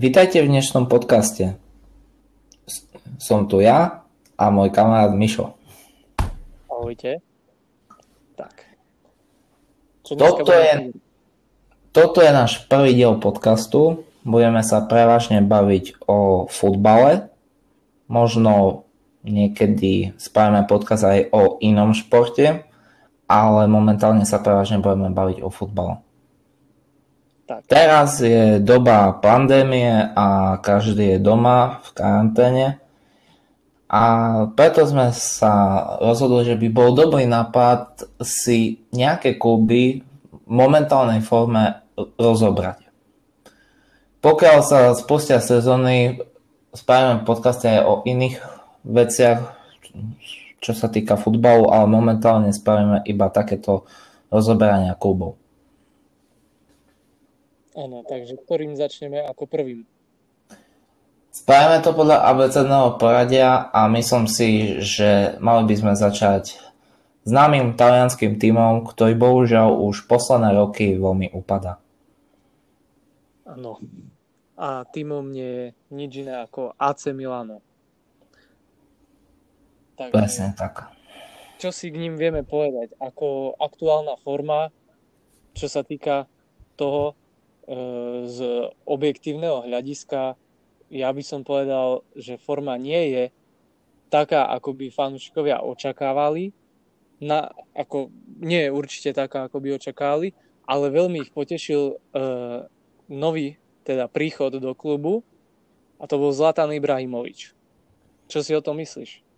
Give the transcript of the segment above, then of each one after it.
Vítajte v dnešnom podcaste. Som tu ja a môj kamarát Mišo. Ahojte. Tak. Čo dneska Toto je náš prvý diel podcastu. Budeme sa prevažne baviť o futbale. Možno niekedy spravíme podcast aj o inom športe, ale momentálne sa prevažne budeme baviť o futbale. Tak. Teraz je doba pandémie a každý je doma v karanténe a preto sme sa rozhodli, že by bol dobrý nápad si nejaké kluby v momentálnej forme rozobrať. Pokiaľ sa spustia sezóny, spravíme podcasty aj o iných veciach, čo sa týka futbalu, ale momentálne spravíme iba takéto rozoberania klubov. Áno, takže ktorým začneme ako prvým? Spravíme to podľa abecedného poradia a myslím si, že mali by sme začať známym talianským tímom, ktorý bohužiaľ už posledné roky veľmi upadá. Áno. A tímom nie je nič iné ako AC Milano. Takže, Presne tak. čo si k ním vieme povedať? Ako aktuálna forma, čo sa týka toho z objektívneho hľadiska, ja by som povedal, že forma nie je taká, ako by fanúšikovia očakávali. Nie je určite taká, ako by očakávali, ale veľmi ich potešil nový teda príchod do klubu a to bol Zlatan Ibrahimovič. Čo si o tom myslíš?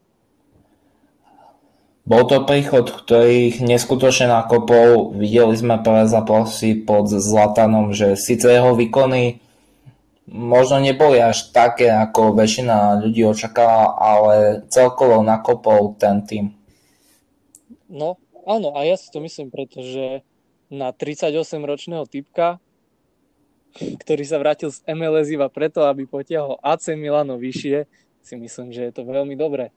Bol to príchod, ktorý ich neskutočne nakopol. Videli sme prvé zápasy pod Zlatanom, že síce jeho výkony možno neboli až také, ako väčšina ľudí očakávala, ale celkovo nakopol ten tým. No, áno, a ja si to myslím, pretože na 38-ročného typka, ktorý sa vrátil z MLS iba preto, aby potiahol AC Milano vyššie, si myslím, že je to veľmi dobré.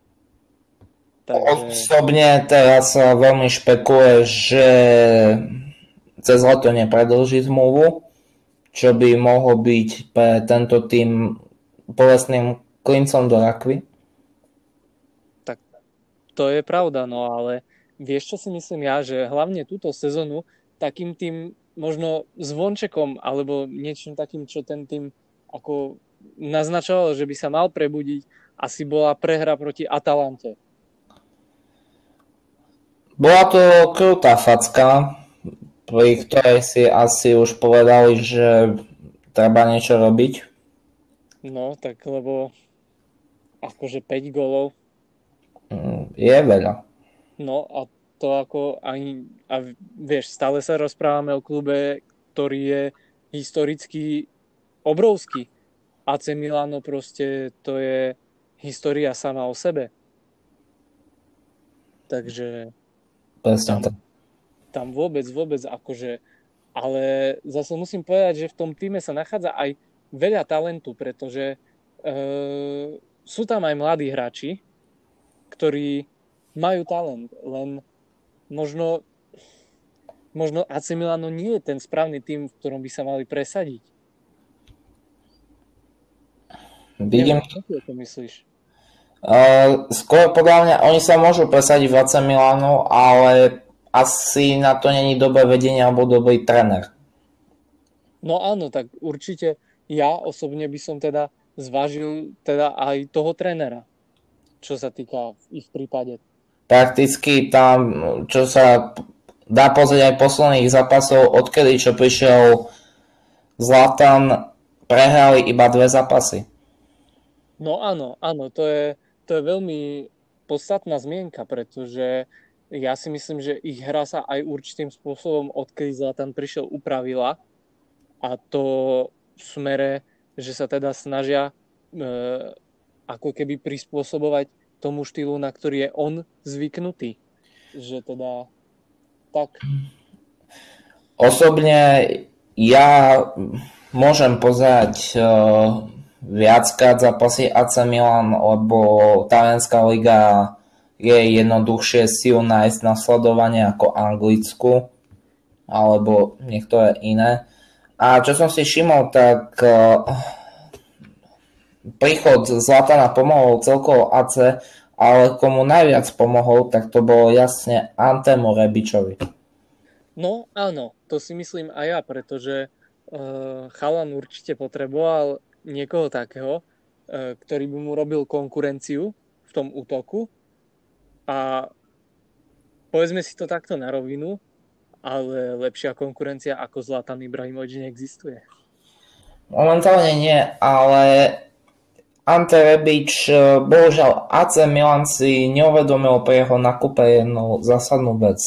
Osobne teraz sa veľmi špekuluje, že cez leto nepredĺží zmluvu, čo by mohlo byť pre tento tým bolestným klincom do rakvy. Tak to je pravda, no ale vieš, čo si myslím ja, že hlavne túto sezónu takým tým možno zvončekom alebo niečím takým, čo ten tým ako naznačoval, že by sa mal prebudiť, asi bola prehra proti Atalante. Bola to krutá facka, pri ktorej si asi už povedali, že treba niečo robiť. No, tak lebo akože 5 gólov. Je veľa. No a to ako ani, a vieš, stále sa rozprávame o klube, ktorý je historicky obrovský. AC Milano proste to je história sama o sebe. Takže tam vôbec akože, ale zase musím povedať, že v tom týme sa nachádza aj veľa talentu, pretože sú tam aj mladí hráči, ktorí majú talent, len možno AC Milano nie je ten správny tým, v ktorom by sa mali presadiť. Vidím. Čo ty o tom myslíš? Skôr podľa mňa oni sa môžu presadiť v AC Milanu, ale asi na to není dobré vedenie alebo dobrý tréner. No áno, tak určite ja osobne by som teda zvážil teda aj toho trénera, čo sa týka v ich prípade. Prakticky tam, čo sa dá pozrieť aj posledných zápasov, odkedy čo prišiel Zlatan, prehrali iba 2 zápasy. No áno, to je veľmi podstatná zmienka, pretože ja si myslím, že ich hra sa aj určitým spôsobom, odkedy Zlatan prišiel, upravila a to v smere, že sa teda snažia ako keby prispôsobovať tomu štýlu, na ktorý je on zvyknutý. Že teda tak. Osobne ja môžem pozerať viackrát zápasy AC Milan, lebo talianská liga je jednoduchšie si ju nájsť na sledovanie ako Anglicku alebo niektoré iné. A čo som si všimol, tak príchod Zlatana pomohol celkovo AC, ale komu najviac pomohol, tak to bolo jasne Antemu Rebičovi. No áno, to si myslím aj ja, pretože chalan určite potreboval niekoho takého, ktorý by mu robil konkurenciu v tom útoku a povedzme si to takto na rovinu, ale lepšia konkurencia ako Zlatan Ibrahimovič neexistuje. Momentálne nie, ale Ante Rebič, bohužiaľ AC Milan si neuvedomil pri jeho nakupe jednu zásadnú vec.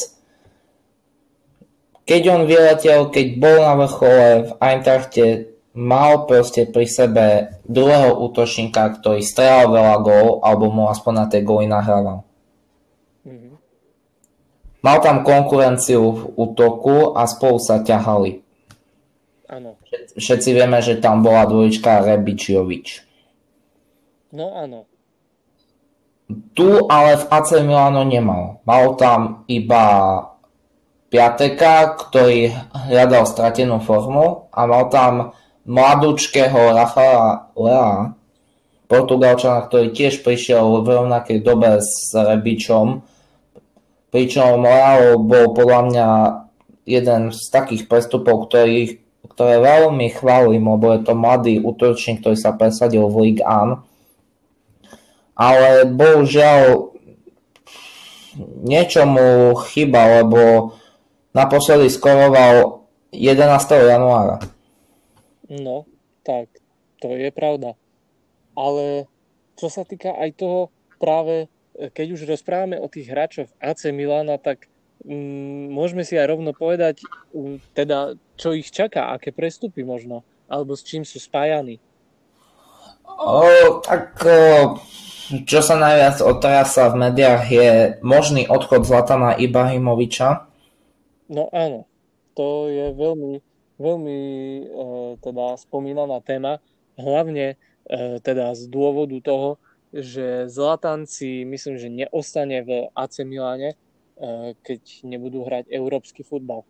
Keď on vyletel, keď bol na vrchole v Eintrachte, mal proste pri sebe druhého útočníka, ktorý strelal veľa gól, alebo mu aspoň na tie góly nahrával. Mm-hmm. Mal tam konkurenciu v útoku a spolu sa ťahali. Áno. Všetci vieme, že tam bola dvojička Rebič-Jovič. No áno. Tu ale v AC Milano nemal. Mal tam iba Piateka, ktorý hľadal stratenú formu a mal tam mladúčkého Rafaela Lea, Portugalčana, ktorý tiež prišiel v rovnakej dobe s Rebičom. Pričom Leo bol podľa mňa jeden z takých prestupov, ktoré veľmi chválim, lebo je to mladý útočník, ktorý sa presadil v Ligue 1. Ale bohužiaľ niečo mu chýba, lebo naposledy skoroval 11. januára. No, tak to je pravda. Ale čo sa týka aj toho, práve keď už rozprávame o tých hráčoch AC Milana, tak môžeme si aj rovno povedať, teda čo ich čaká, aké prestupy možno, alebo s čím sú spájani. Čo sa najviac otrasa v médiách je možný odchod Zlatana Ibrahimoviča. No áno, to je veľmi, veľmi teda spomínaná téma, hlavne teda z dôvodu toho, že Zlatan si myslím, že neostane v AC Miláne, keď nebudú hrať európsky futbal.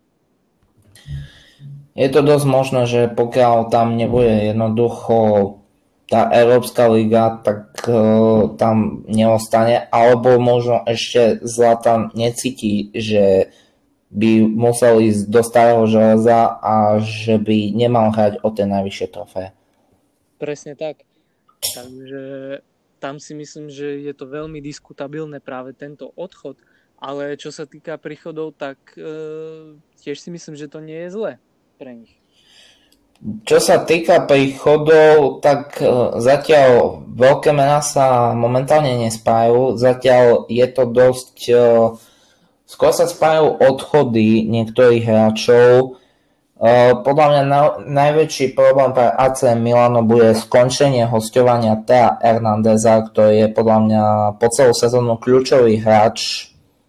Je to dosť možné, že pokiaľ tam nebude jednoducho tá Európska liga, tak tam neostane, alebo možno ešte Zlatan necíti, že by musel ísť do starého železa a že by nemal hrať o tie najvyššie trofeje. Presne tak. Takže tam si myslím, že je to veľmi diskutabilné práve tento odchod, ale čo sa týka príchodov, tak tiež si myslím, že to nie je zlé pre nich. Čo sa týka príchodov, tak zatiaľ veľké mená sa momentálne nespájajú. Zatiaľ je to dosť... Skôr sa spájajú odchody niektorých hráčov. Podľa mňa najväčší problém pre AC Milano bude skončenie hosťovania Thea Hernandeza, ktorý je podľa mňa po celú sezónu kľúčový hráč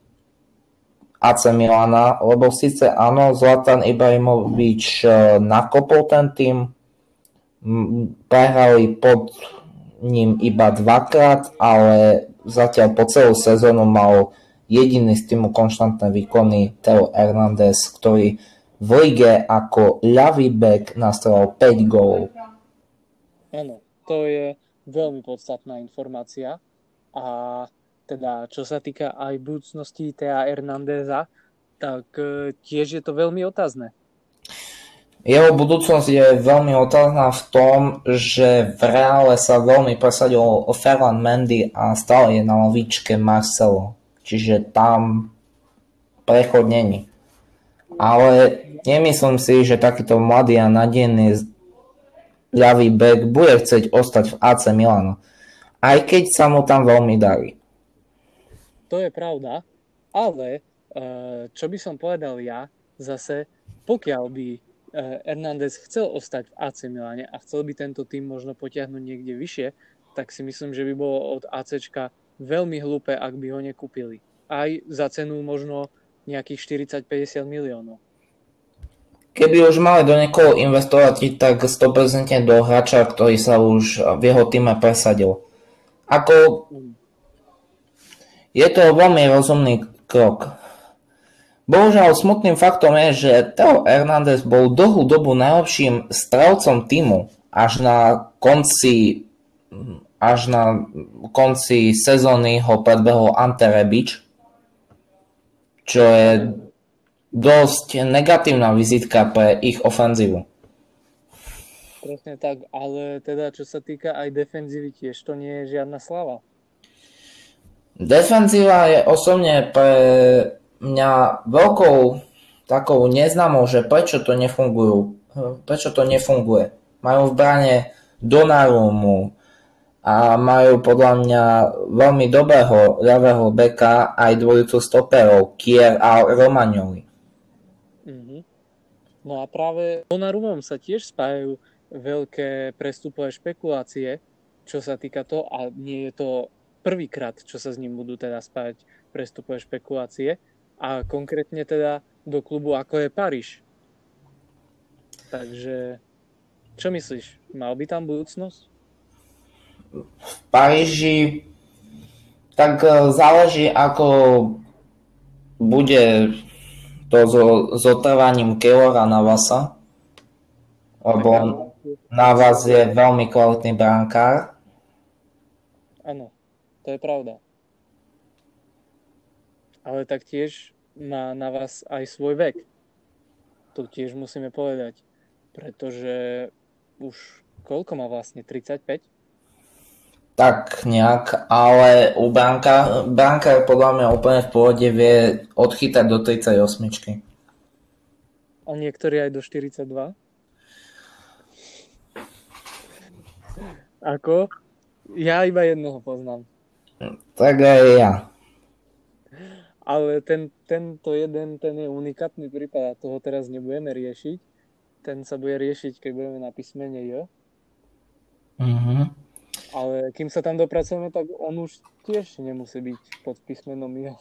AC Milana, lebo síce áno, Zlatan Ibrahimovič nakopol ten tým, prehrali pod ním iba dvakrát, ale zatiaľ po celú sezónu mal jediný z týmu konštantné výkony Theo Hernandez, ktorý v lige ako ľavý back nastrelal 5 gólov. Áno, to je veľmi podstatná informácia a teda čo sa týka aj budúcnosti Thea Hernandeza, tak tiež je to veľmi otázne. Jeho budúcnosť je veľmi otázna v tom, že v Reále sa veľmi presadil Ferland Mendy a stále je na lavičke Marcelo. Čiže tam prechod není. Ale nemyslím si, že takýto mladý a nadejný ľavý back bude chcieť ostať v AC Milano. Aj keď sa mu tam veľmi darí. To je pravda, ale čo by som povedal ja, zase pokiaľ by Hernández chcel ostať v AC Miláne a chcel by tento tým možno potiahnuť niekde vyššie, tak si myslím, že by bolo od ACčka veľmi hlúpe, ak by ho nekúpili. Aj za cenu možno nejakých 40-50 miliónov. Keby už mali do niekoho investovať, tak 100% do hráča, ktorý sa už v jeho týme presadil. Je to veľmi rozumný krok. Bohužiaľ, smutným faktom je, že Theo Hernandez bol dlhú dobu najlepším strelcom tímu až na konci sezóny ho predbehol Ante Rebic, čo je dosť negatívna vizitka pre ich ofenzívu. Presne tak, ale teda čo sa týka aj defenzívy, tiež to nie je žiadna slava. Defenzíva je osobne pre mňa veľkou takou neznámou, že prečo to nefunguje. Majú v bráne Donnarummu a majú podľa mňa veľmi dobrého ľavého beka aj dvojicu stoperov, Kier a Romagnoli. No a práve Donnarummom sa tiež spájajú veľké prestupové špekulácie, čo sa týka toho, a nie je to prvýkrát, čo sa s ním budú teda spájať prestupové špekulácie, a konkrétne teda do klubu ako je Paríž. Takže čo myslíš? Mal by tam budúcnosť? V Paríži tak záleží, ako bude to s otrvaním Keylora Navasa, lebo Navas je veľmi kvalitný brankár. Áno, to je pravda. Ale taktiež má Navas aj svoj vek. To tiež musíme povedať. Pretože už koľko má vlastne? 35? Tak nejak, ale u brankár podľa mňa úplne v pohode vie odchytať do 38. A niektorí aj do 42? Ako? Ja iba jednoho poznám. Tak aj ja. Ale tento jeden, ten je unikátny prípad a toho teraz nebudeme riešiť. Ten sa bude riešiť, keď budeme na písmene J. Ale kým sa tam dopracujeme, tak on už tiež nemusí byť pod písmenom J.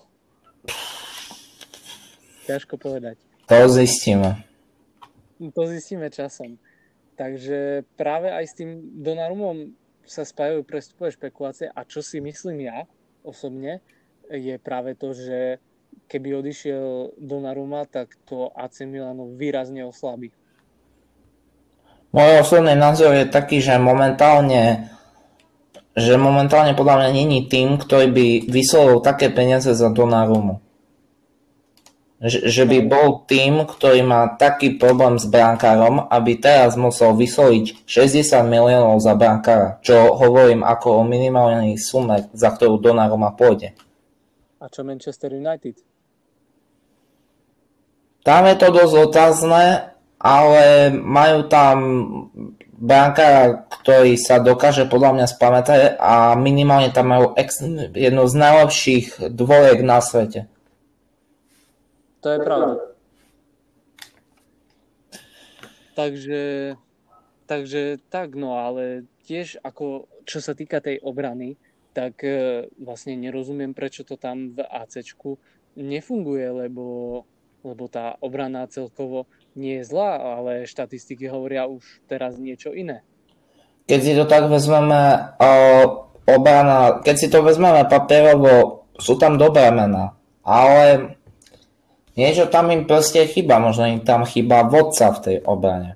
Ťažko povedať. To zistíme. To zistíme časom. Takže práve aj s tým Donnarummom sa spájajú prestupové špekulácie a čo si myslím ja osobne, je práve to, že keby odišiel Donnarumma, tak to AC Milano výrazne oslabí. Môj osobný názor je taký, že momentálne podľa mňa není tým, ktorý by vyslovil také peniaze za Donnarummu. Že by bol tým, ktorý má taký problém s brankárom, aby teraz musel vysloviť 60 miliónov za brankára, čo hovorím ako o minimálnej sume, za ktorú Donnarumma pôjde. A čo Manchester United? Tam je to dosť otázne, ale majú tam brankára, ktorý sa dokáže podľa mňa spamätať a minimálne tam majú jednu z najlepších dvojiek na svete. To je pravda. Takže tak, no ale tiež ako čo sa týka tej obrany, tak vlastne nerozumiem, prečo to tam v ACčku nefunguje, lebo tá obrana celkovo nie je zlá, ale štatistiky hovoria už teraz niečo iné. Keď si to tak vezmeme, keď si to vezmeme papierovo, sú tam dobré mená, ale niečo tam im proste chýba, možno im tam chýba vodca v tej obrane.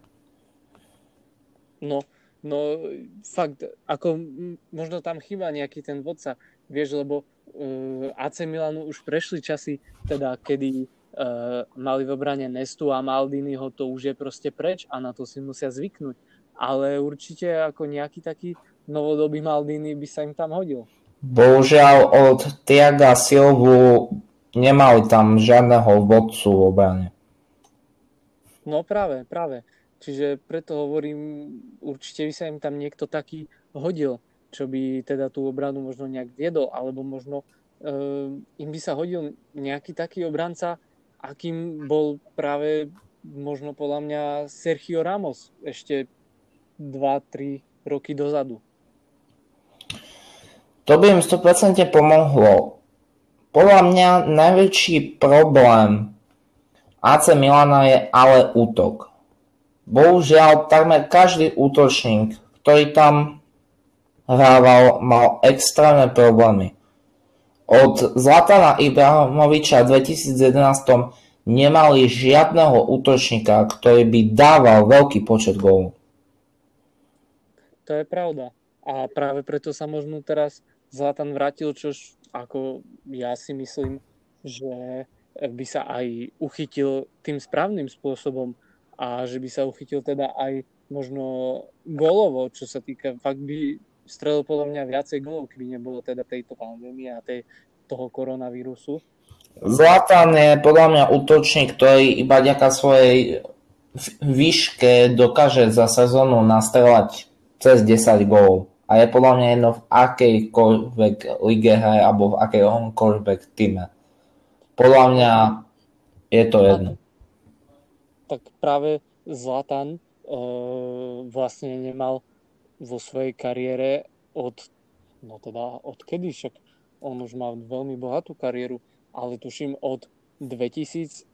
No fakt, ako možno tam chýba nejaký ten vodca, vieš, lebo AC Milanu už prešli časy, teda kedy mali v obrane Nestu a Maldiniho, to už je proste preč a na to si musia zvyknúť. Ale určite ako nejaký taký novodobý Maldini by sa im tam hodil. Bohužiaľ od Thiaga Silvu nemali tam žiadneho vodcu v obrane. No práve. Čiže preto hovorím, určite by sa im tam niekto taký hodil, čo by teda tú obranu možno nejak viedol, alebo možno im by sa hodil nejaký taký obranca, akým bol práve možno podľa mňa Sergio Ramos ešte 2-3 roky dozadu. To by im 100% pomohlo. Podľa mňa najväčší problém AC Milana je ale útok. Bohužiaľ, takmer každý útočník, ktorý tam hrával, mal extrémne problémy. Od Zlatana Ibrahimoviča v 2011 nemali žiadneho útočníka, ktorý by dával veľký počet gólov. To je pravda. A práve preto sa možno teraz Zlatan vrátil, čož ako ja si myslím, že by sa aj uchytil tým správnym spôsobom a že by sa uchytil teda aj možno gólovo, čo sa týka, fakt by strelil podľa mňa viacej gólov, keby nebolo teda tejto pandémie a toho koronavírusu. Zlatan je podľa mňa útočník, ktorý iba vďaka svojej výške dokáže za sezónu nastrelať cez 10 gólov. A je podľa mňa jedno v akejkoľvek lige hraje alebo v akejkoľvek týme. Podľa mňa je to jedno. Tak práve Zlatan vlastne nemal vo svojej kariére od kedy, však on už mal veľmi bohatú kariéru, ale tuším od 2005.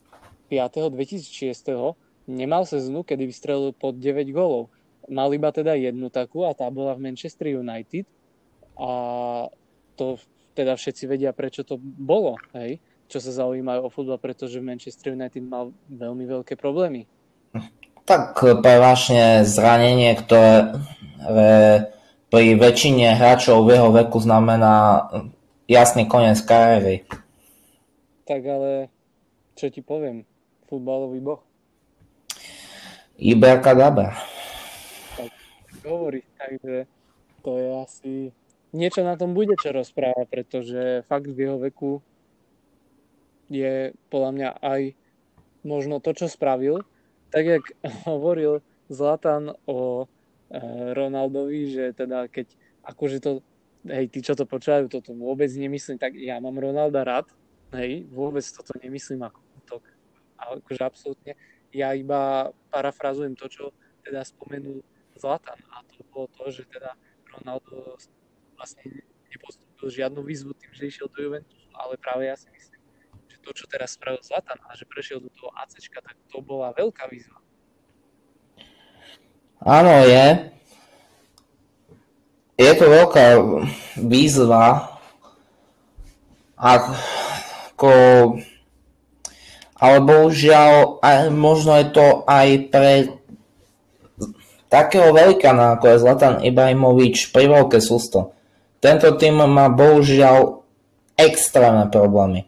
2006. nemal sezónu, kedy vystrelil pod 9 gólov. Mal iba teda jednu takú a tá bola v Manchester United a to teda všetci vedia, prečo to bolo, hej? Čo sa zaujímajú o futbal, pretože v Manchester United mal veľmi veľké problémy. Tak prevažne zranenie, ktoré pri väčšine hráčov v jeho veku znamená jasný koniec kariéry. Tak ale, čo ti poviem, futbalový boh. Iberkadabra. Tak hovorí, takže to je asi... Niečo na tom bude čo rozprávať, pretože fakt v jeho veku je podľa mňa aj možno to, čo spravil. Tak, jak hovoril Zlatan o Ronaldovi, že teda keď akože to, hej, tí, čo to počúvajú, toto vôbec nemyslím, tak ja mám Ronalda rád, hej, vôbec toto nemyslím ako útok. A akože absolútne, ja iba parafrazujem to, čo teda spomenul Zlatan, a to bolo to, že teda Ronaldo vlastne nepostúpil žiadnu výzvu tým, že išiel do Juventusu, ale práve ja si myslím, že to, čo teraz spravil Zlatan a že prešiel do toho ACčka, tak to bola veľká výzva. Áno, je. Je to veľká výzva, ale bohužiaľ možno je to aj pre takého velikána, ako je Zlatan Ibrahimovič, pri veľké sústo. Tento tým má bohužiaľ extrémne problémy.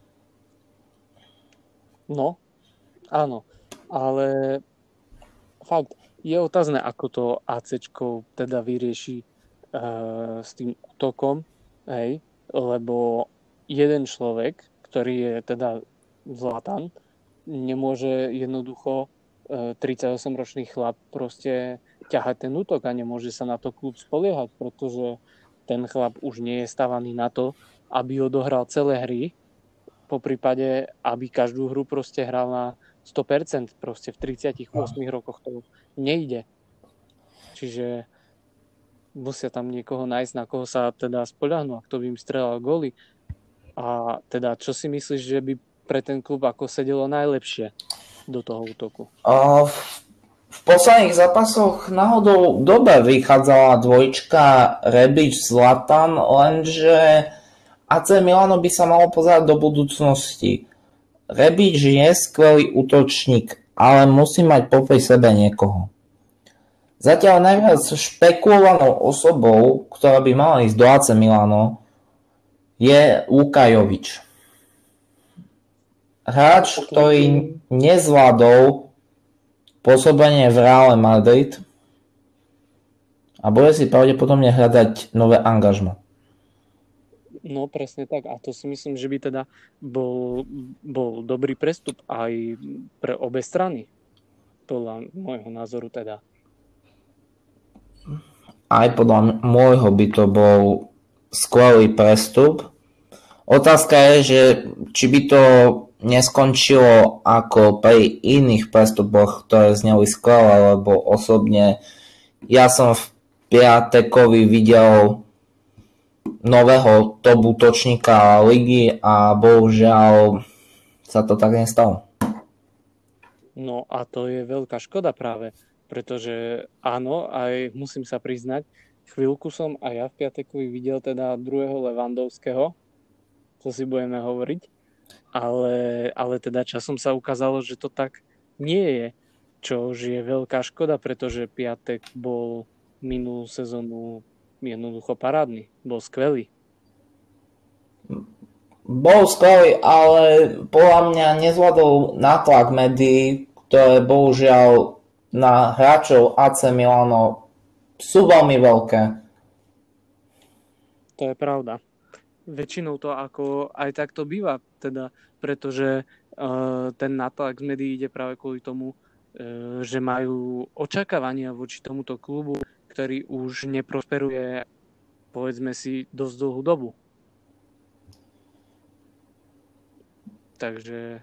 No, áno, ale fakt je otázne, ako to ACčko teda vyrieši s tým útokom, hej, lebo jeden človek, ktorý je teda Zlatan, nemôže jednoducho 38-ročný chlap proste ťahať ten útok a nemôže sa na to klub spoliehať, pretože ten chlap už nie je stavaný na to, aby odohral celé hry, po prípade, aby každú hru proste hral na 100%, proste v 38 rokoch to nejde. Čiže musia tam niekoho nájsť, na koho sa teda spoľahnú a kto by im strelal góly. A teda, čo si myslíš, že by pre ten klub ako sedelo najlepšie do toho útoku? V posledných zápasoch náhodou dobre vychádzala dvojčka Rebić Zlatan, lenže AC Milano by sa malo pozerať do budúcnosti. Rebić je skvelý útočník, ale musí mať popri sebe niekoho. Zatiaľ najviac špekulovanou osobou, ktorá by mala ísť do AC Milano, je Luka Jović. Hráč, ktorý nezvládol pôsobenie v Reále Madrid a bude si pravdepodobne hľadať nové angažmo. No presne tak, a to si myslím, že by teda bol dobrý prestup aj pre obe strany, podľa môjho názoru teda. Aj podľa môjho by to bol skvelý prestup. Otázka je, že či by to neskončilo ako pri iných prestupoch, ktoré zneli skvelé, lebo osobne ja som v Piatekovi videl nového top útočníka ligy a bohužiaľ sa to tak nestalo. No a to je veľká škoda práve, pretože áno, aj musím sa priznať, chvíľku som aj ja v Piatekovi videl teda druhého Lewandowského, to si budeme hovoriť. ale teda časom sa ukázalo, že to tak nie je, čo je veľká škoda, pretože Piatek bol minulú sezónu jednoducho parádny, bol skvelý. Bol skvelý, ale podľa mňa nezvládol nátlak médií, ktoré bohužiaľ na hráčov AC Milano sú veľmi veľké. To je pravda. Väčšinou to ako aj takto býva, teda, pretože ten nátlak z médií ide práve kvôli tomu, že majú očakávania voči tomuto klubu, ktorý už neprosperuje, povedzme si, dosť dlhú dobu. Takže...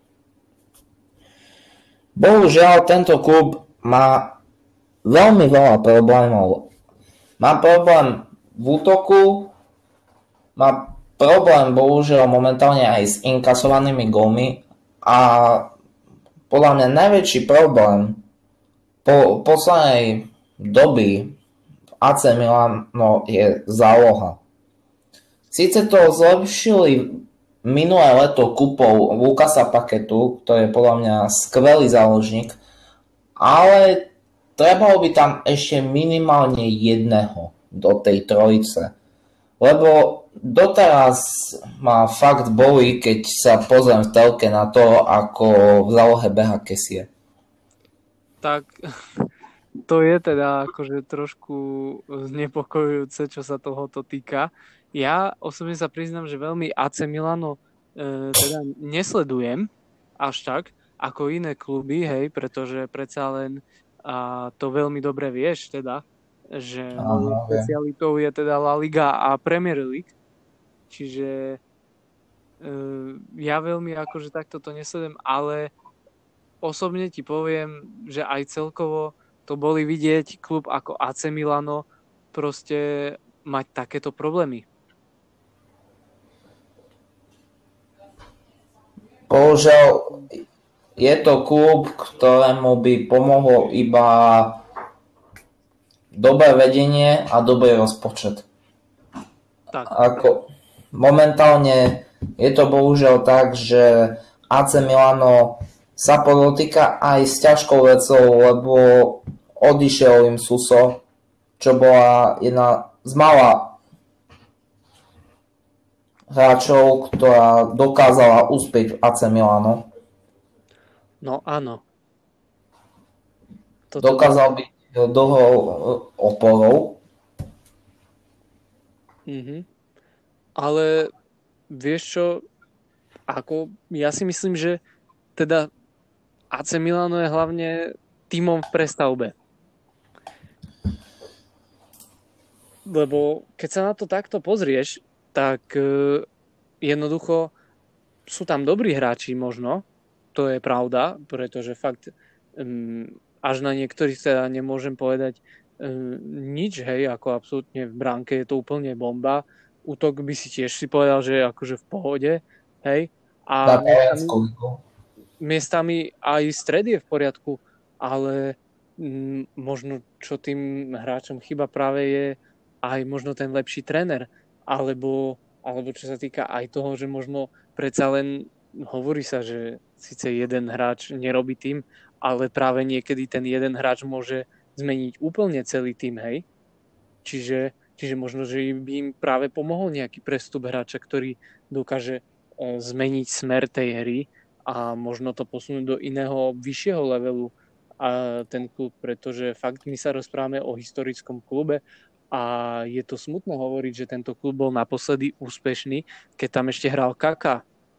Bohužiaľ, tento klub má veľmi veľa problémov. Má problém v útoku, má problém bohužiaľ momentálne aj s inkasovanými gólmi a podľa mňa najväčší problém po poslednej doby AC Milano je záloha. Síce to zlepšili minulé leto kúpou Lukasa Paketu, ktorý je podľa mňa skvelý záložník, ale trebalo by tam ešte minimálne jedného do tej trojice. Lebo doteraz ma fakt bolí, keď sa pozriem v telke na to, ako v zálohe beha Kessie. Tak to je teda akože trošku znepokojujúce, čo sa tohoto týka. Ja osobne sa priznám, že veľmi AC Milano teda nesledujem až tak, ako iné kluby, hej, pretože predsa len to veľmi dobre vieš, teda, že špecialitou je teda La Liga a Premier League, čiže ja veľmi akože takto to nesledujem, ale osobne ti poviem, že aj celkovo to boli vidieť klub ako AC Milano proste mať takéto problémy. Bohužiaľ, je to klub, ktorému by pomohlo iba dobré vedenie a dobrý rozpočet. Tak. Momentálne je to bohužiaľ tak, že AC Milano sa podotýka aj s ťažkou vecou, lebo odišiel im Suso, čo bola jedna z mála hráčov, ktorá dokázala uspieť v AC Milano. No áno. Dokázal byť dlhou oporou. Ale vieš čo, ako ja si myslím, že teda AC Milano je hlavne tímom v prestavbe. Lebo keď sa na to takto pozrieš, tak jednoducho sú tam dobrí hráči možno, to je pravda, pretože fakt až na niektorých teda nemôžem povedať nič, hej, ako absolútne v bránke je to úplne bomba. Útok by si tiež si povedal, že je akože v pohode, hej. A miestami aj stred je v poriadku, ale možno čo tým hráčom chyba práve je aj možno ten lepší tréner. Alebo čo sa týka aj toho, že možno predsa len hovorí sa, že síce jeden hráč nerobí tým, ale práve niekedy ten jeden hráč môže zmeniť úplne celý tým, hej. Čiže možno, že by im práve pomohol nejaký prestup hráča, ktorý dokáže zmeniť smer tej hry a možno to posunúť do iného, vyššieho levelu a ten klub, pretože fakt my sa rozprávame o historickom klube a je to smutné hovoriť, že tento klub bol naposledy úspešný, keď tam ešte hral Kaká.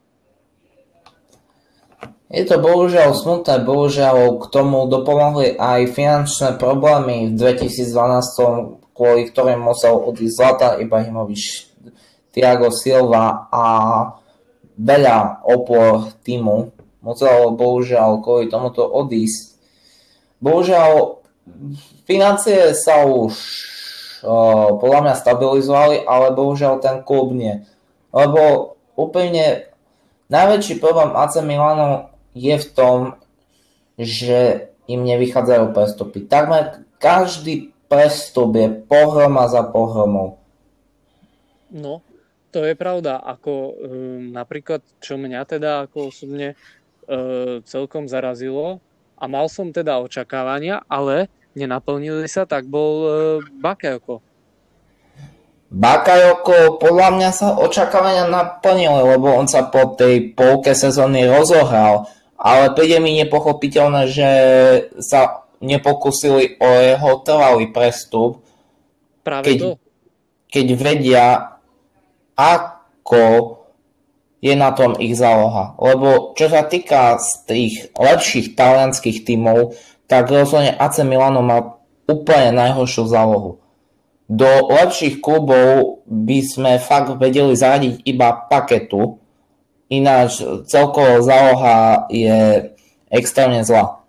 Je to bohužiaľ smutné, bohužiaľ k tomu dopomohli aj finančné problémy v 2012, kvôli ktorým musel odísť Zlatan Ibrahimovič, Thiago Silva a veľa opor týmu. Muselo bohužiaľ kvôli tomuto odísť. Bohužiaľ financie sa už podľa mňa stabilizovali, ale bohužiaľ ten klub nie. Lebo úplne najväčší problém AC Milano je v tom, že im nevychádzajú prestupy. Takmer každý prestup je pohroma za pohromou. No, To je pravda, ako napríklad, čo mňa teda ako osobne celkom zarazilo a mal som teda očakávania, ale nenaplnili sa, tak bol Bakayoko. Bakayoko podľa mňa sa očakávania naplnili, lebo on sa po tej polke sezóny rozohral, ale príde mi nepochopiteľné, že sa nepokúsili o jeho trvalý prestup, Práve to. keď vedia, ako je na tom ich záloha. Lebo čo sa týka z tých lepších talianských tímov, tak rozhodne AC Milano má úplne najhoršiu zálohu. Do lepších klubov by sme fakt vedeli zaradiť iba Paketu, ináč celková záloha je extrémne zlá.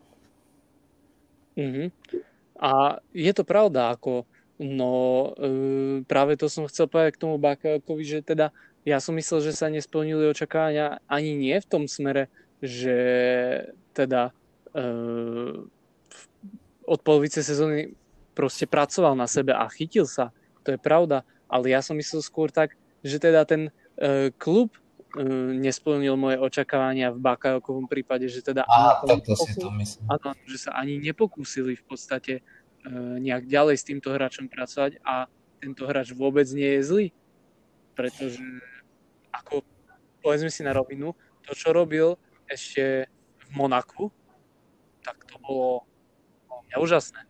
A je to pravda, ako práve to som chcel povedať k tomu Bakayokovi, že teda ja som myslel, že sa nesplnili očakávania ani nie v tom smere, že teda od polovice sezóny proste pracoval na sebe a chytil sa. To je pravda. Ale ja som myslel skôr tak, že teda ten klub nesplnil moje očakávania v Bakayokovom prípade, že teda Takto si to myslím. áno, že sa ani nepokúsili v podstate nejak ďalej s týmto hráčom pracovať a tento hráč vôbec nie je zlý. Pretože ako povedzme si na rovinu, to čo robil ešte v Monaku, tak to bolo úžasné.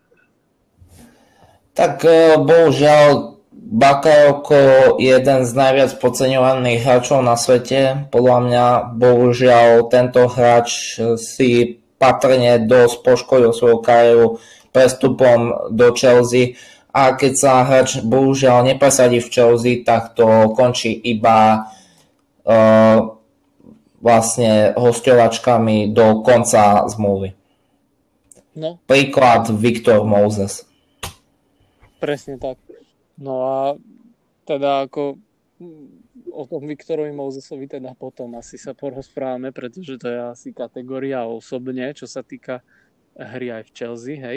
Tak bohužiaľ Bakayoko je jeden z najviac podceňovaných hráčov na svete. Podľa mňa bohužiaľ tento hráč si patrne dosť poškodil svoju kariéru prestupom do Chelsea a keď sa hráč bohužiaľ nepresadí v Chelsea, tak to končí iba vlastne hosťovačkami do konca zmluvy. No. Príklad Victor Moses. Presne tak. No a teda ako o tom Viktorovi Mosesovi teda potom asi sa porozprávame, pretože to je asi kategória osobne, čo sa týka hry aj v Chelsea, hej.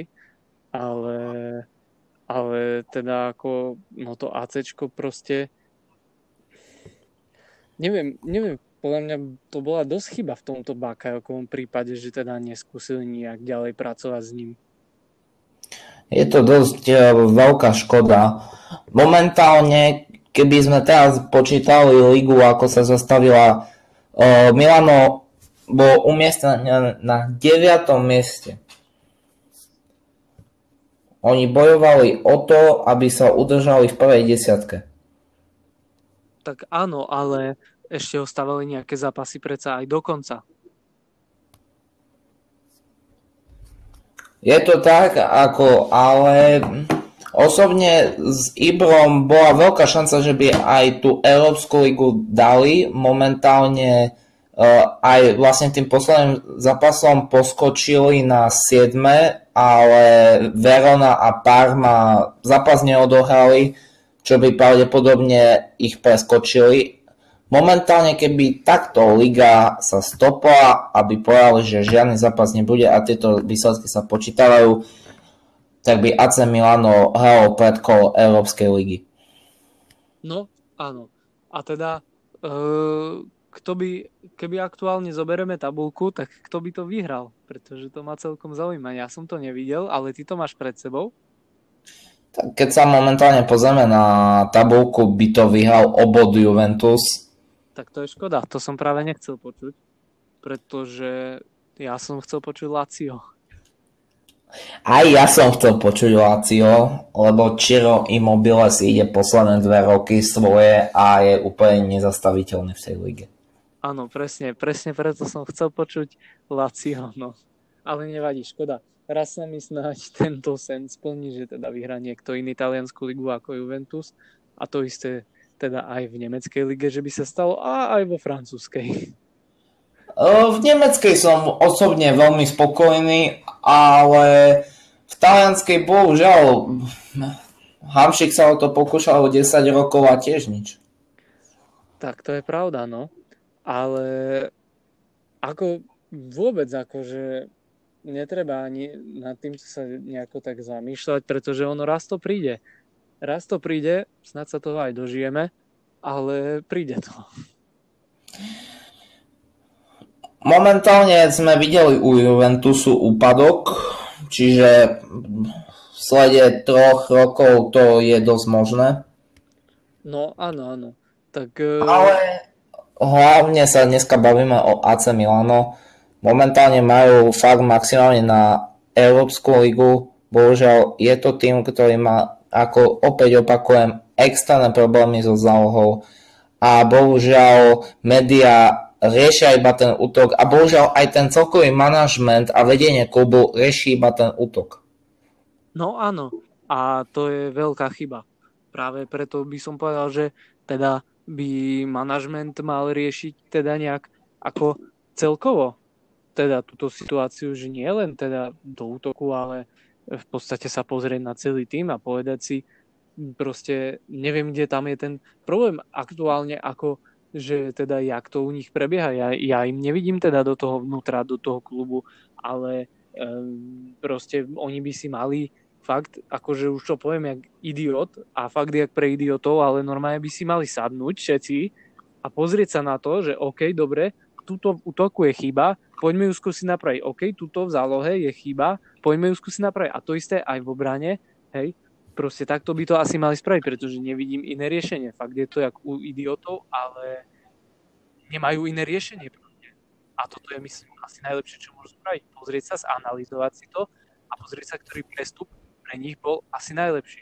Ale teda ako to ACčko proste neviem, podľa mňa to bola dosť chyba v tomto Bakayokovom prípade, že teda neskúsili nejak ďalej pracovať s ním. Je to dosť veľká škoda. Momentálne, keby sme teraz počítali ligu, ako sa zastavila, Milano bolo umiestnené na 9. mieste. Oni bojovali o to, aby sa udržali v prvej desiatke. Tak áno, ale ešte ostávali nejaké zápasy predsa aj do konca. Je to tak, ale osobne s Ibrom bola veľká šanca, že by aj tú Európsku ligu dali. Momentálne aj vlastne tým posledným zápasom poskočili na 7, ale Verona a Parma zápas neodohrali, čo by pravdepodobne ich preskočili. Momentálne, keby takto liga sa stopla, aby povedali, že žiadny zápas nebude a tieto výsledky sa počítavajú, tak by AC Milano hralo predkolo Európskej ligy. No, áno. A teda, keby aktuálne zoberieme tabuľku, tak kto by to vyhral? Pretože to ma celkom zaujíma. Ja som to nevidel, ale ty to máš pred sebou. Tak keď sa momentálne pozrieme na tabuľku, by to vyhral obod Juventus. Tak to je škoda, to som práve nechcel počuť, pretože ja som chcel počuť Lazio. Aj ja som chcel počuť Lazio, lebo Ciro Immobile si ide posledné 2 roky svoje a je úplne nezastaviteľný v tej lige. Áno, presne preto som chcel počuť Lazio, no. Ale nevadí, škoda. Raz sa mi snáď tento sen splní, že teda vyhrá niekto iný taliansku ligu ako Juventus a to isté teda aj v nemeckej lige, že by sa stalo a aj vo francúzskej. V nemeckej som osobne veľmi spokojný, ale v talianskej bohužiaľ Hamšík sa o to pokúšal 10 rokov a tiež nič. Tak to je pravda, no. Ale ako vôbec akože netreba ani nad tým sa nejako tak zamýšľať, pretože ono raz to príde. Snáď sa toho aj dožijeme ale príde to. Momentálne sme videli u Juventusu úpadok, čiže v slede 3 rokov to je dosť možné. No áno. Tak, Ale hlavne sa dneska bavíme o AC Milano. Momentálne majú fakt maximálne na Európsku ligu. Bohužiaľ je to tým, ktorý má, ako opäť opakujem, extrémne problémy so zálohou. A bohužiaľ médiá riešia iba ten útok a bohužiaľ aj ten celkový manažment a vedenie klubu rieši iba ten útok. No áno, a to je veľká chyba. Práve preto by som povedal, že teda by manažment mal riešiť teda nejak ako celkovo teda túto situáciu, že nie len teda do útoku, ale v podstate sa pozrieť na celý tým a povedať si proste, neviem, kde tam je ten problém aktuálne, ako že teda jak to u nich prebieha. Ja im nevidím teda do toho vnútra, do toho klubu, ale proste oni by si mali fakt, akože už to poviem jak idiot a fakt jak pre idiotov, ale normálne by si mali sadnúť všetci a pozrieť sa na to, že OK, dobre, tuto v útoku je chyba, poďme ju skúsiť napraviť. OK, tuto v zálohe je chyba, poďme ju skúsiť napraviť. A to isté aj v obrane, hej, proste takto by to asi mali spraviť, pretože nevidím iné riešenie. Fakt je to jak u idiotov, ale nemajú iné riešenie. A toto je, myslím, asi najlepšie, čo môžu spraviť. Pozrieť sa, zanalizovať si to a pozrieť sa, ktorý prestup pre nich bol asi najlepší.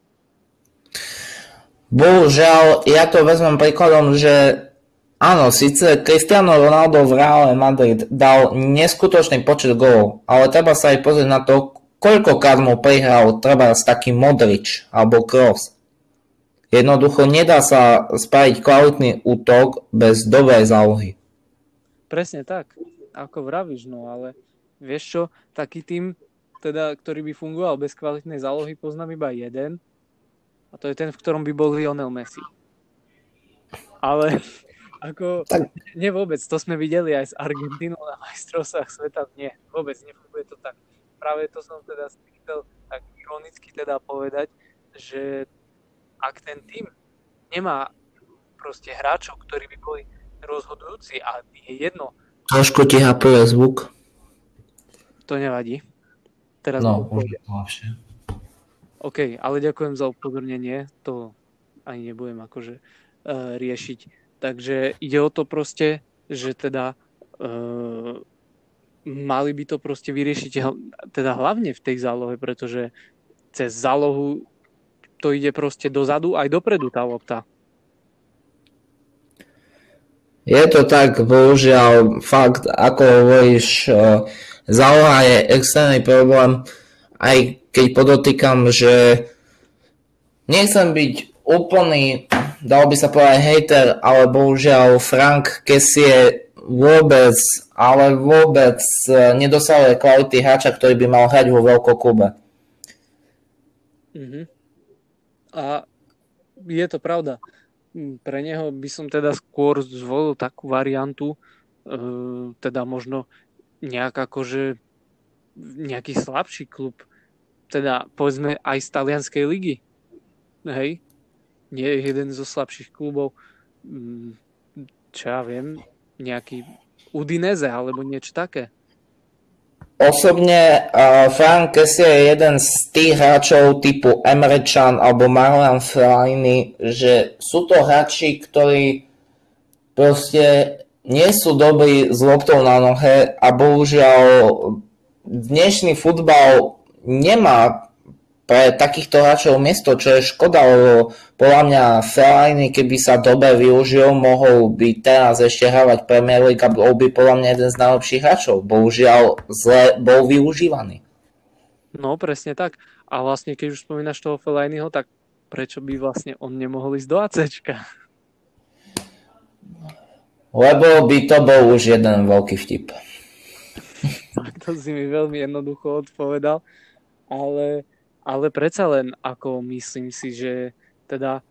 Bohužiaľ, ja to vezmem príkladom, že áno, síce Cristiano Ronaldo v Reále Madrid dal neskutočný počet gólov, ale treba sa aj pozrieť na to, koľkokrát mu prihral treba taký Modrič alebo Kroos. Jednoducho nedá sa spraviť kvalitný útok bez dobrej zálohy. Presne tak, ako vravíš, no ale vieš čo, taký tým, teda, ktorý by fungoval bez kvalitnej zálohy, poznám iba jeden a to je ten, v ktorom by bol Lionel Messi. Ale ako, nie vôbec, to sme videli aj s Argentínou na majstrovstvách sveta, nie, vôbec nefunguje to tak. Práve to som teda chcel tak ironicky teda povedať, že ak ten tým nemá proste hráčov, ktorí by boli rozhodujúci a je jedno. Trošku ti hapuje zvuk. To nevadí. Teraz no, už je to lepšie. OK, ale ďakujem za upozornenie, to ani nebudem akože riešiť. Takže ide o to proste, že teda mali by to proste vyriešiť teda hlavne v tej zálohe, pretože cez zálohu to ide proste dozadu aj dopredu tá lopta. Je to tak, bohužiaľ, fakt, ako hovoríš, záloha je extrémny problém, aj keď podotýkam, že nechcem byť úplný, dal by sa povedať hejter, ale bohužiaľ Frank Kessie vôbec nedosahuje kvality hráča, ktorý by mal hrať vo veľkom klube. Mhm. A je to pravda. Pre neho by som teda skôr zvolil takú variantu, teda možno nejak akože nejaký slabší klub, teda povedzme aj z talianskej ligy. Hej? Nie je jeden zo slabších klubov, čo ja viem, nejaký Udinese alebo niečo také. Osobne Frank Kessie je jeden z tých hráčov typu Emre Can alebo Marouane Fellaini, že sú to hráči, ktorí proste nie sú dobrí s loptou na nohe a bohužiaľ dnešný futbal nemá pre takýchto hráčov miesto, čo je škoda, lebo podľa mňa Fellaini, keby sa dobre využil, mohol by teraz ešte hravať Premier League a bol by podľa mňa jeden z najlepších hráčov. Bohužiaľ zle bol využívaný. No, presne tak. A vlastne, keď už spomínaš toho Fellainiho, tak prečo by vlastne on nemohol ísť do ACčka? Lebo by to bol už jeden veľký vtip. Tak to si mi veľmi jednoducho odpovedal, ale predsa len, ako myslím si, že teda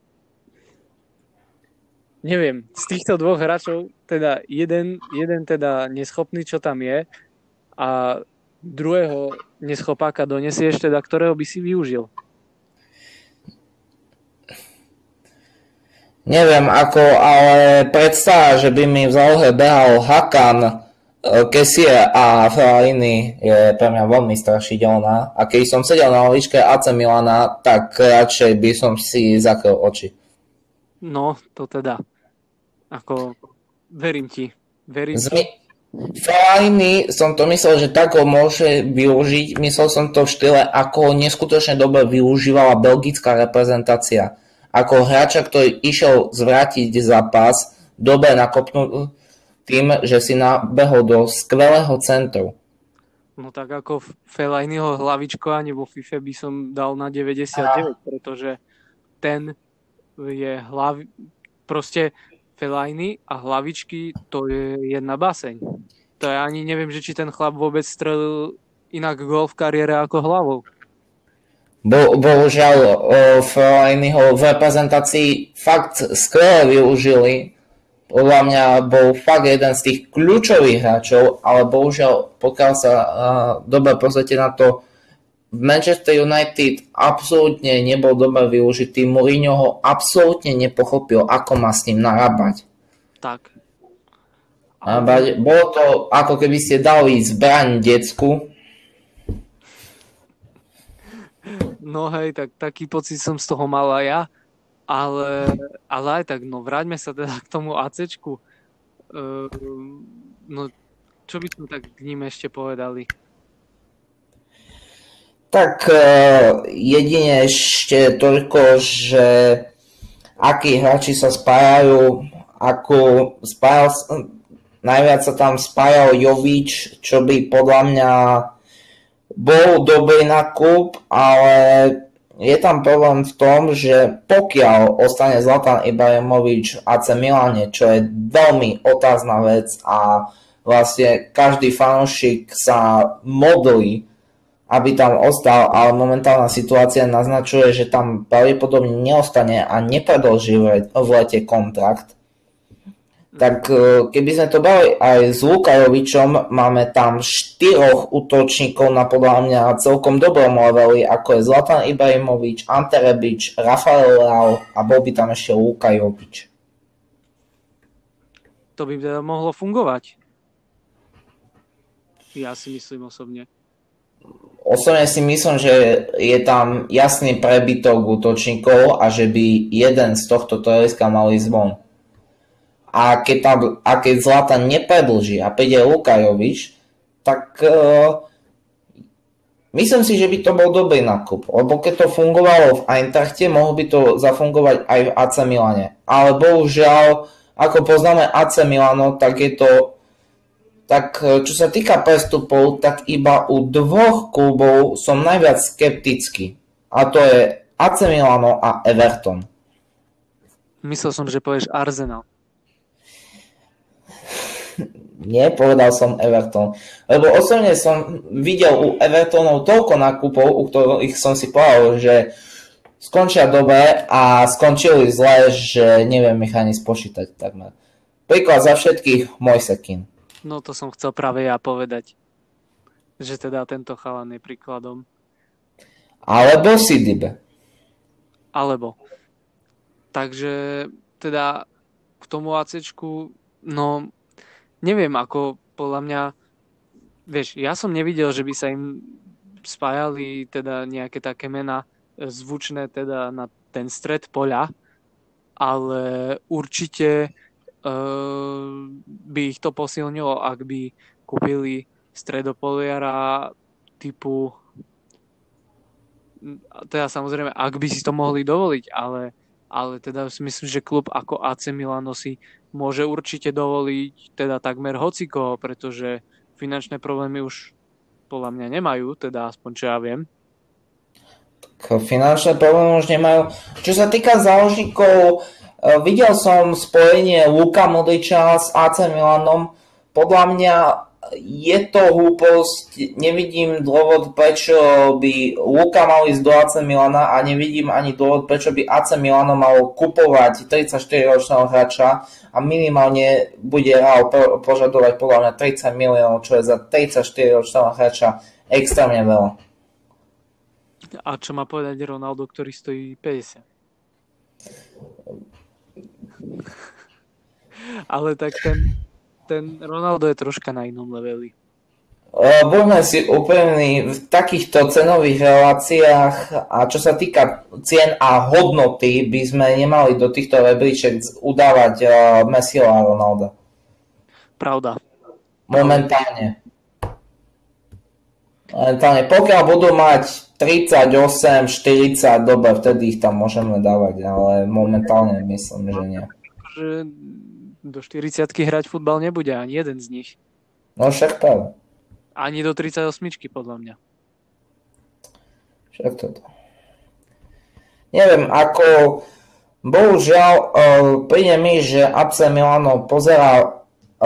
neviem, z týchto dvoch hráčov teda jeden teda neschopný, čo tam je a druhého neschopáka donesieš, teda ktorého by si využil? Neviem ako, ale predstava, že by mi v zálohe behal Hakan, Kessie a Fellaini je pre mňa veľmi strašidelná. A keď som sedel na lavičke AC Milana, tak radšej by som si zakryl oči. No, to teda. Ako, verím ti. Fellaini som to myslel, že tak ho môže využiť. Myslel som to v štýle, ako ho neskutočne dobre využívala belgická reprezentácia. Ako hráča, ktorý išiel zvrátiť zápas, dobre nakopnul tým, že si nabehol do skvelého centru. No tak ako Fellainiho hlavičko ani vo FIFA by som dal na 99, pretože ten je proste Fellaini a hlavičky, to je jedna baseň. To je ani neviem, že či ten chlap vôbec strelil inak gól v kariére ako hlavou. Bohužiaľ Fellainiho v reprezentácii fakt skvele využili. Podľa mňa bol fakt jeden z tých kľúčových hráčov, ale bohužiaľ, pokiaľ sa dobre pozrite na to, v Manchester United absolútne nebol dobre využitý. Mourinho ho absolútne nepochopil, ako má s ním narábať. Tak. Bolo to, ako keby ste dali zbraň decku. No hej, tak taký pocit som z toho mal aj ja. Ale aj tak, no vráťme sa teda k tomu ACčku. No, čo by sme tak k ním ešte povedali? Tak jedine ešte toľko, že akí hráči sa spájajú, ako najviac sa tam spájal Jovič, čo by podľa mňa bol dobrý nákup, ale je tam problém v tom, že pokiaľ ostane Zlatan Ibrahimovič v AC Milane, čo je veľmi otázna vec a vlastne každý fanúšik sa modlí, aby tam ostal, ale momentálna situácia naznačuje, že tam pravdepodobne neostane a nepredĺží v lete kontrakt. Tak keby sme to brali aj s Lukajovičom, máme tam 4 útočníkov na podľa mňa celkom dobrom leveli, ako je Zlatan Ibrahimovič, Ante Rebic, Rafael Leao a bol by tam ešte Lukajovič. To by teda mohlo fungovať. Ja si myslím osobne. Osobne si myslím, že je tam jasný prebytok útočníkov a že by jeden z tohto trojiska mal ísť von. A keď Zlatan nepredlží a príde Lukajovič, tak myslím si, že by to bol dobrý nákup. Lebo keď to fungovalo v Eintrachte, mohlo by to zafungovať aj v AC Milane. Ale bohužiaľ, ako poznáme AC Milano, tak je to tak čo sa týka prestupov, tak iba u 2 klubov som najviac skeptický. A to je AC Milano a Everton. Myslel som, že povieš Arsenal. Nie, povedal som Everton. Lebo osobne som videl u Evertonov toľko nákupov, u ktorých som si povedal, že skončia dobre a skončili zle, že neviem ich ani spočítať takmer. Príklad za všetkých Mojsekin. No to som chcel práve ja povedať. Že teda tento chalan je príkladom. Alebo Sidibe. Alebo. Takže teda k tomu ACčku, no neviem, ako podľa mňa, vieš, ja som nevidel, že by sa im spájali teda nejaké také mená zvučné teda na ten stred poľa, ale určite by ich to posilnilo, ak by kúpili stredopoliara typu, teda samozrejme, ak by si to mohli dovoliť, ale teda si myslím, že klub ako AC Milano si môže určite dovoliť teda takmer hocikoho, pretože finančné problémy už podľa mňa nemajú, teda aspoň čo ja viem. Finančné problémy už nemajú. Čo sa týka záložníkov, videl som spojenie Luka Modriča s AC Milanom. Podľa mňa je to hlúposť. Nevidím dôvod, prečo by Luka mal ísť do AC Milana a nevidím ani dôvod, prečo by AC Milano malo kupovať 34-ročného hráča a minimálne bude Real požadovať podľa mňa 30 miliónov, čo je za 34-ročného hráča extrémne veľa. A čo má povedať Ronaldo, ktorý stojí 50? Ale tak ten Ronaldo je troška na inom leveli. Buďme si úprimní, v takýchto cenových reláciách a čo sa týka cien a hodnoty, by sme nemali do týchto rebríček udávať Messiho a Ronalda. Pravda. Momentálne. Pokiaľ budú mať 38, 40, dobre, vtedy ich tam môžeme dávať, ale momentálne myslím, že nie. Že do 40-ky hrať futbal nebude ani jeden z nich. No však práve. Ani do 38-čky, podľa mňa. Však toto. Neviem, ako bohužiaľ príde mi, že AC Milano pozerá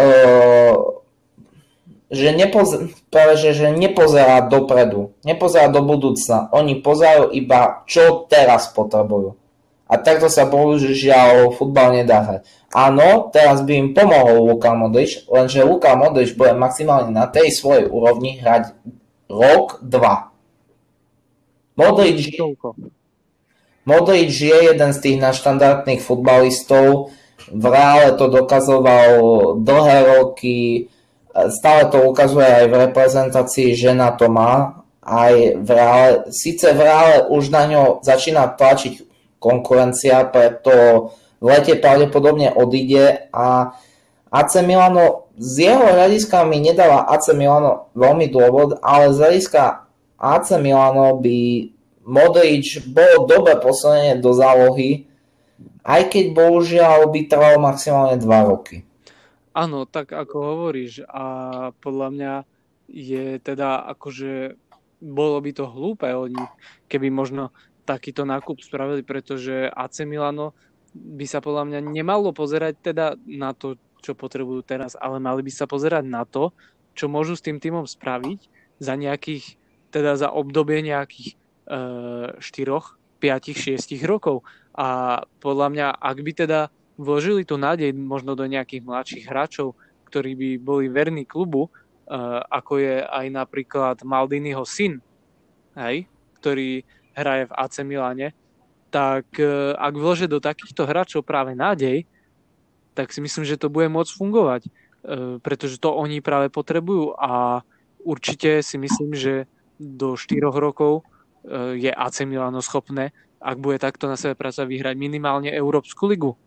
že nepozerá dopredu, nepozerá do budúcna. Oni pozerajú iba, čo teraz potrebujú. A takto sa bohužiaľ futbal nedá hrať. Áno, teraz by im pomohol Luka Modrič, lenže Luka Modrič bude maximálne na tej svojej úrovni hrať rok, dva. Modrič je jeden z tých naštandardných futbalistov. V Reále to dokazoval dlhé roky, stále to ukazuje aj v reprezentácii, že na to má. Aj v Reále, síce v Reále už na ňo začína tlačiť konkurencia, preto v lete pravdepodobne odíde a AC Milano z jeho hľadiska mi nedáva AC Milano veľmi dôvod, ale z hľadiska AC Milano by Modrič bolo dobre posunenie do zálohy, aj keď bohužiaľ by trvalo maximálne 2 roky. Áno, tak ako hovoríš, a podľa mňa je teda akože bolo by to hlúpe od nich, keby možno takýto nákup spravili, pretože AC Milano by sa podľa mňa nemalo pozerať teda na to, čo potrebujú teraz, ale mali by sa pozerať na to, čo môžu s tým tímom spraviť za nejakých, teda za obdobie nejakých 4, 5, 6 rokov. A podľa mňa, ak by teda vložili tú nádej možno do nejakých mladších hráčov, ktorí by boli verní klubu, ako je aj napríklad Maldiniho syn, hej, ktorý hraje v AC Milane, tak ak vložia do takýchto hráčov práve nádej, tak si myslím, že to bude môcť fungovať, pretože to oni práve potrebujú a určite si myslím, že do 4 rokov je AC Milano schopné, ak bude takto na sebe pracovať, vyhrať minimálne Európsku ligu.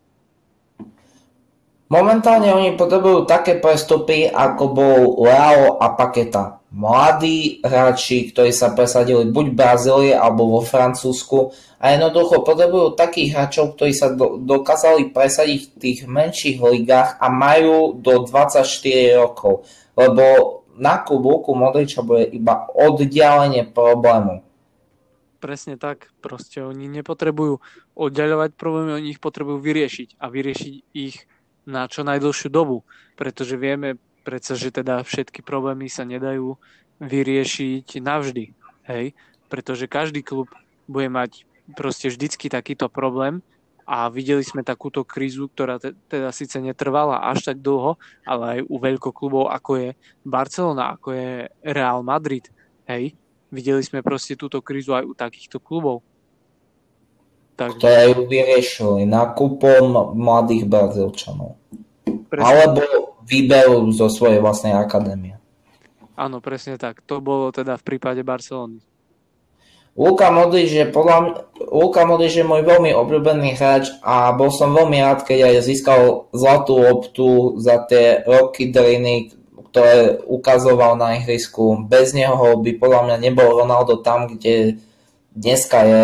Momentálne oni potrebujú také prestupy, ako bol Leao a Paqueta. Mladí hráči, ktorí sa presadili buď v Brazílii alebo vo Francúzsku a jednoducho potrebujú takých hráčov, ktorí sa dokázali presadiť v tých menších ligách a majú do 24 rokov, lebo nákup Luku Modriča bude iba oddialenie problému. Presne tak, proste oni nepotrebujú oddiaľovať problémy, oni ich potrebujú vyriešiť a vyriešiť ich na čo najdlhšiu dobu, pretože vieme predsa, že teda všetky problémy sa nedajú vyriešiť navždy, hej, pretože každý klub bude mať proste vždycky takýto problém a videli sme takúto krízu, ktorá teda síce netrvala až tak dlho, ale aj u veľkoklubov, ako je Barcelona, ako je Real Madrid, hej, videli sme proste túto krízu aj u takýchto klubov. Ktoré ju vyriešili nákupom mladých Brazílčanov. Presne. Alebo výberu zo svojej vlastnej akadémie. Áno, presne tak. To bolo teda v prípade Barcelony. Luka Modrič je môj veľmi obľúbený hráč a bol som veľmi rád, keď aj získal zlatú loptu za tie roky driny, ktoré ukazoval na ihrisku. Bez neho by podľa mňa nebol Ronaldo tam, kde dneska je.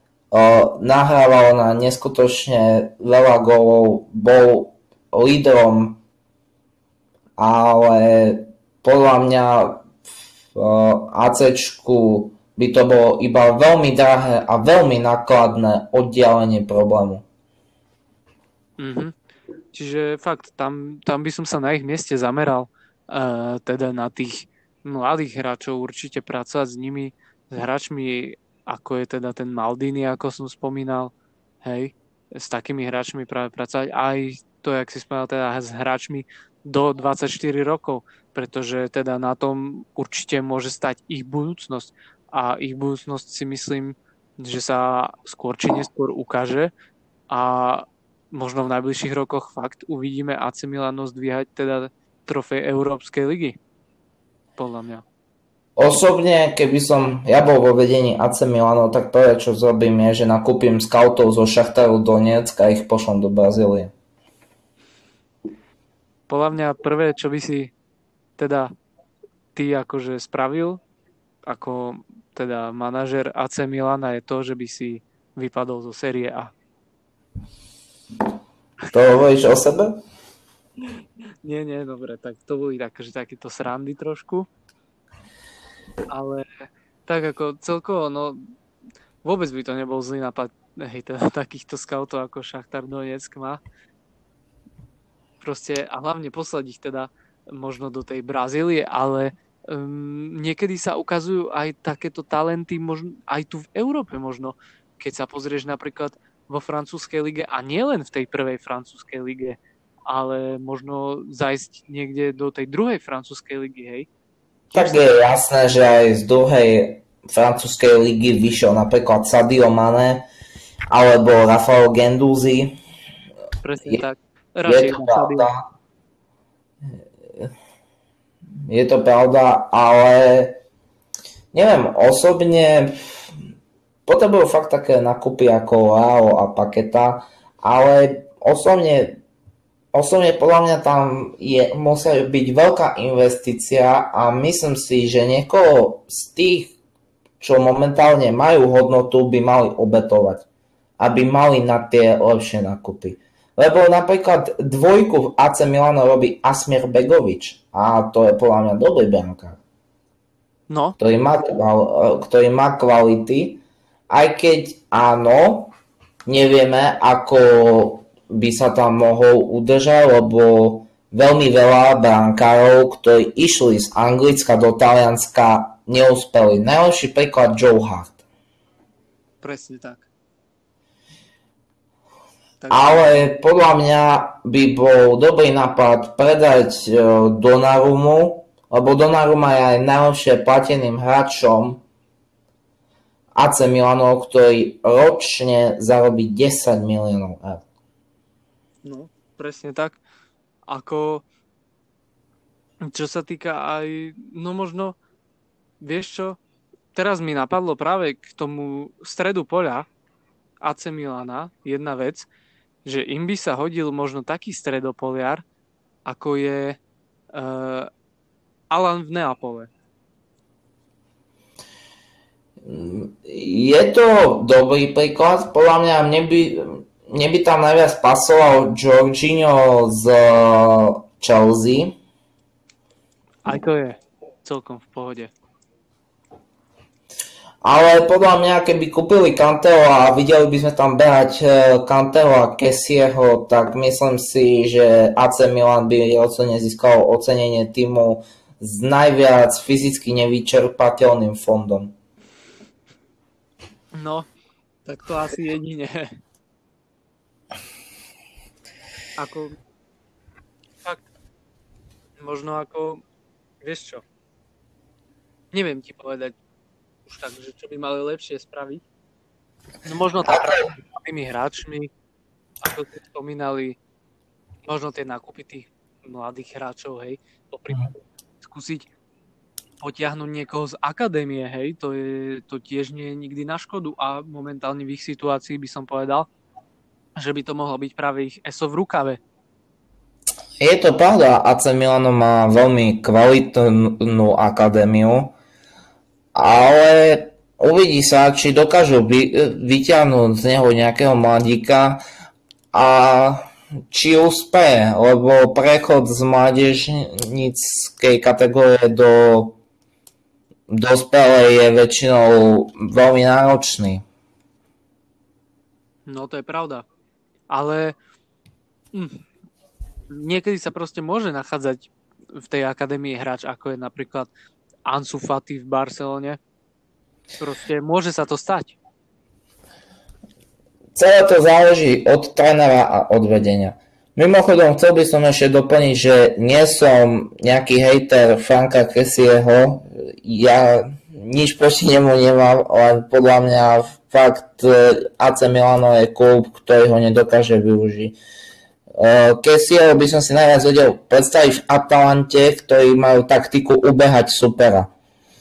Nahrával na neskutočne veľa gólov, bol lídrom, ale podľa mňa v ACčku by to bolo iba veľmi drahé a veľmi nákladné oddialenie problému. Čiže fakt, tam by som sa na ich mieste zameral, teda na tých mladých hráčov, určite pracovať s nimi, s hráčmi ako je teda ten Maldini, ako som spomínal, hej, s takými hráčmi práve pracovať, aj to, jak si spomínal, teda s hráčmi do 24 rokov, pretože teda na tom určite môže stať ich budúcnosť a ich budúcnosť si myslím, že sa skôr či neskôr ukáže a možno v najbližších rokoch fakt uvidíme AC Milano zdvíhať teda trofej Európskej ligy. Podľa mňa. Osobne, keby som ja bol vo vedení AC Milano, tak prvé, čo zrobím, je, že nakúpim skautov zo Šachtaru Donetsk a ich pošlem do Brazílie. Podľa mňa prvé, čo by si teda ty akože spravil ako teda manažer AC Milana, je to, že by si vypadol zo série A. To hovoríš o sebe? Nie, dobre, tak to boli takéto srandy trošku. Ale tak ako celkovo, no vôbec by to nebol zlý nápad, teda takýchto scoutov ako Šachtar Donetsk má. Proste a hlavne poslať ich teda možno do tej Brazílie, ale niekedy sa ukazujú aj takéto talenty možno aj tu v Európe možno. Keď sa pozrieš napríklad vo francúzskej lige a nielen v tej prvej francúzskej lige, ale možno zajsť niekde do tej druhej francúzskej ligy, hej? Tak je jasné, že aj z druhej francúzskej ligy vyšiel napríklad Sadio Mané alebo Rafael Guendouzi. Presne tak. Je to pravda. Je to pravda, ale neviem, osobne potrebujú fakt také nakupy ako Leao a Paqueta, ale osobne podľa mňa tam musí byť veľká investícia a myslím si, že niekoho z tých, čo momentálne majú hodnotu, by mali obetovať, aby mali na tie lepšie nakupy. Lebo napríklad dvojku v AC Milano robí Asmir Begovič a to je podľa mňa dobrý brankár. No. Ktorý má kvality, aj keď áno, nevieme, ako by sa tam mohol udržať, lebo veľmi veľa brankárov, ktorí išli z Anglicka do Talianska, neúspeli. Najlepší príklad Joe Hart. Presne tak. Ale podľa mňa by bol dobrý nápad predať Donnarumu, lebo Donnarumma je aj najlepšie plateným hráčom AC Milano, ktorý ročne zarobí 10 miliónov eur. No, presne tak. Ako, čo sa týka aj, no možno, vieš čo, teraz mi napadlo práve k tomu stredu poľa AC Milana jedna vec, že im by sa hodil možno taký stredopoliar, ako je Alan v Neapole. Je to dobrý príklad. Podľa mňa mne by tam najviac pasoval Jorginho z Chelsea. Aj to je celkom v pohode. Ale podľa mňa, keby kúpili Kanteho a videli by sme tam behať Kanteho a Kessieho, tak myslím si, že AC Milan by rozhodne získal ocenenie týmu s najviac fyzicky nevyčerpateľným fondom. No, tak to asi jedine. Ako, fakt, možno ako, vieš čo, neviem ti povedať, takže čo by mali lepšie spraviť. No možno tak tými hráčmi, ako ste spomínali, možno tie nákupy tých mladých hráčov, hej, popríklad skúsiť potiahnuť niekoho z akadémie, hej, to tiež nie je nikdy na škodu a momentálne v ich situácii by som povedal, že by to mohlo byť práve ich eso v rukave. Je to pravda, AC Milano má veľmi kvalitnú akadémiu, ale uvidí sa, či dokážu vyťahnuť z neho nejakého mladíka a či úspeje, lebo prechod z mládežníckej kategórie do dospelej je väčšinou veľmi náročný. No to je pravda, ale niekedy sa proste môže nachádzať v tej akadémii hráč, ako je napríklad Ansu Fati v Barcelone. Proste môže sa to stať. Celé to záleží od trénera a od vedenia. Mimochodom, chcel by som ešte doplniť, že nie som nejaký hejter Franka Kessieho. Ja nič proti nemu nemám, len podľa mňa fakt AC Milano je klub, ktorý ho nedokáže využiť. Kessiel by som si najviac vedel predstaviť v Atalante, ktorí majú taktiku ubehať supera.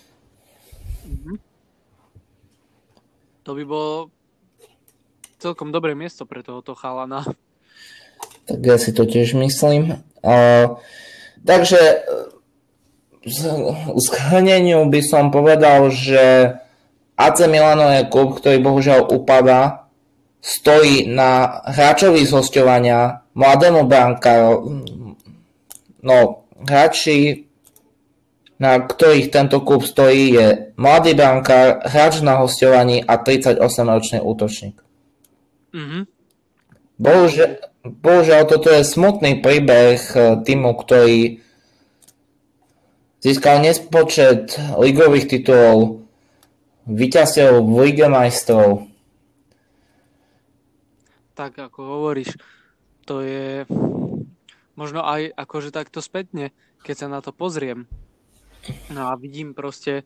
To by bolo celkom dobré miesto pre tohoto chalana. Tak ja si to tiež myslím. Takže v zhrneniu by som povedal, že AC Milano je klub, ktorý bohužiaľ upadá, stojí na hráčovi z hosťovania, mladému brankáru, hráči, na ktorých tento klub stojí, je mladý brankár, hráč na hosťovaní a 38-ročný útočník. Bohužiaľ, toto je smutný príbeh týmu, ktorý získal nespočet ligových titulov, víťazstiev v Lige majstrov. Tak ako hovoríš, to je možno aj akože takto spätne, keď sa na to pozriem. No a vidím proste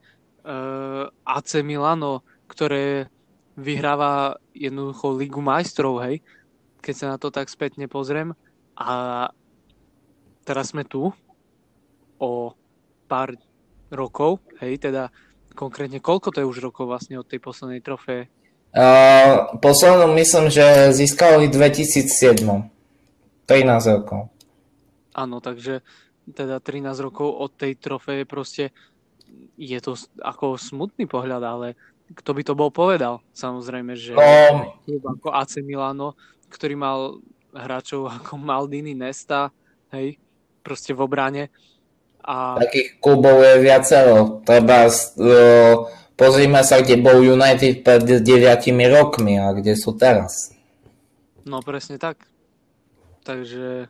AC Milano, ktoré vyhráva jednoducho Ligu majstrov, hej, keď sa na to tak spätne pozriem. A teraz sme tu o pár rokov, hej, teda konkrétne koľko to je už rokov vlastne od tej poslednej trofeje? Poslednú myslím, že získali v 2007. 13 rokov. Áno, takže teda 13 rokov od tej trofeje proste je to ako smutný pohľad, ale kto by to bol povedal? Samozrejme, že ako AC Milano, ktorý mal hráčov ako Maldini, Nesta, hej, proste v obrane. A takých klubov je viacero. Treba pozrime sa, kde bol United pred 9 rokmi a kde sú teraz. No presne tak. Takže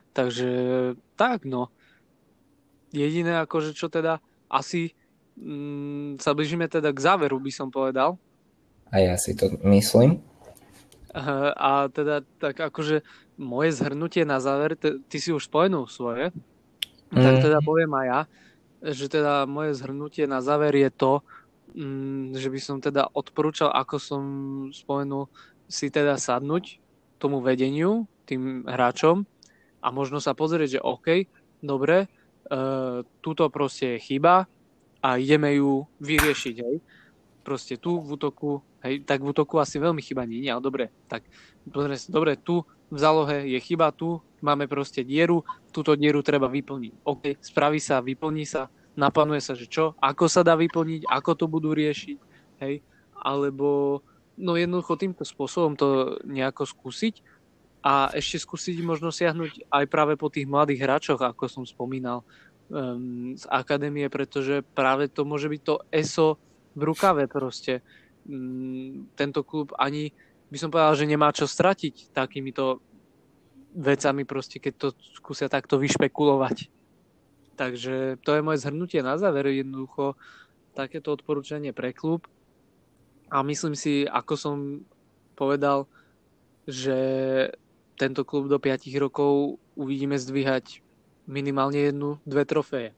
tak, no. Jediné akože čo teda asi sa blížime teda k záveru, by som povedal. A ja si to myslím. A teda tak akože moje zhrnutie na záver, ty si už spomenul svoje, tak teda poviem aj ja, že teda moje zhrnutie na záver je to, že by som teda odporúčal, ako som spomenul, si teda sadnúť tomu vedeniu, tým hráčom a možno sa pozrieť, že OK, dobre, túto proste je chyba a ideme ju vyriešiť, hej. Proste tu v útoku, hej, tak v útoku asi veľmi chyba nie, ale dobre, tak pozrieme sa, dobre, tu v zálohe je chyba, tu máme proste dieru, túto dieru treba vyplniť. OK, spraví sa, vyplní sa, naplánuje sa, že čo, ako sa dá vyplniť, ako to budú riešiť, hej, alebo no jednoducho týmto spôsobom to nejako skúsiť a ešte skúsiť možno siahnuť aj práve po tých mladých hráčoch, ako som spomínal, z akadémie, pretože práve to môže byť to ESO v rukave proste. Tento klub ani, by som povedal, že nemá čo stratiť takýmito vecami proste, keď to skúsia takto vyšpekulovať. Takže to je moje zhrnutie na záver, jednoducho takéto odporúčanie pre klub a myslím si, ako som povedal, že tento klub do 5 rokov uvidíme zdvíhať minimálne 1-2 trofeje.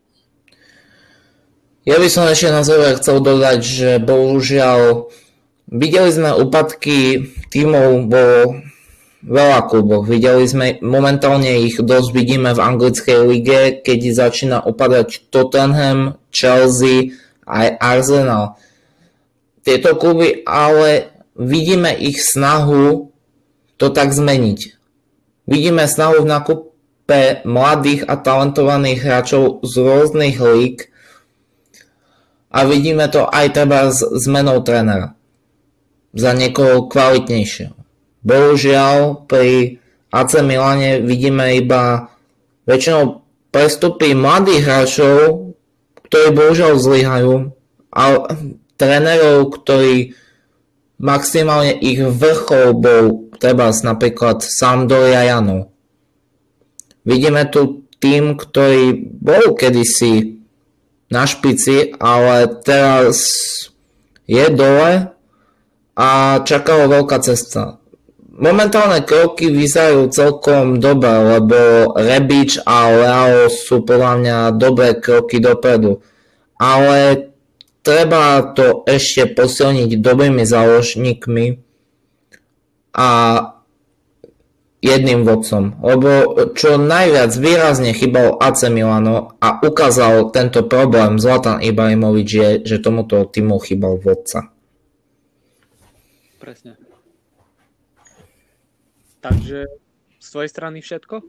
Ja by som ešte na záver chcel dodať, že bohužiaľ videli sme úpadky tímov vo veľa kluboch. Videli sme, momentálne ich dosť vidíme v anglickej lige, keď začína upadať Tottenham, Chelsea aj Arsenal. Tieto kluby, ale vidíme ich snahu to tak zmeniť. Vidíme snahu v nákupe mladých a talentovaných hráčov z rôznych líg a vidíme to aj treba s zmenou trénera za niekoho kvalitnejšieho. Bohužiaľ pri AC Milane vidíme iba väčšinou prestupy mladých hráčov, ktorí bohužiaľ zlyhajú, a trénerov, ktorí maximálne ich vrchol bol treba napríklad Sampdoria Janov. Vidíme tu tým, ktorý bol kedysi na špici, ale teraz je dole a čakala veľká cesta. Momentálne kroky vyzerajú celkom dobre, lebo a Leao sú podľa mňa dobré kroky dopredu. Ale treba to ešte posilniť dobrými záložníkmi a jedným vodcom, lebo čo najviac výrazne chýbal AC Milano a ukázal tento problém Zlatan Ibrahimovič je, že tomuto týmu chýbal vodca. Presne. Takže z tvojej strany všetko?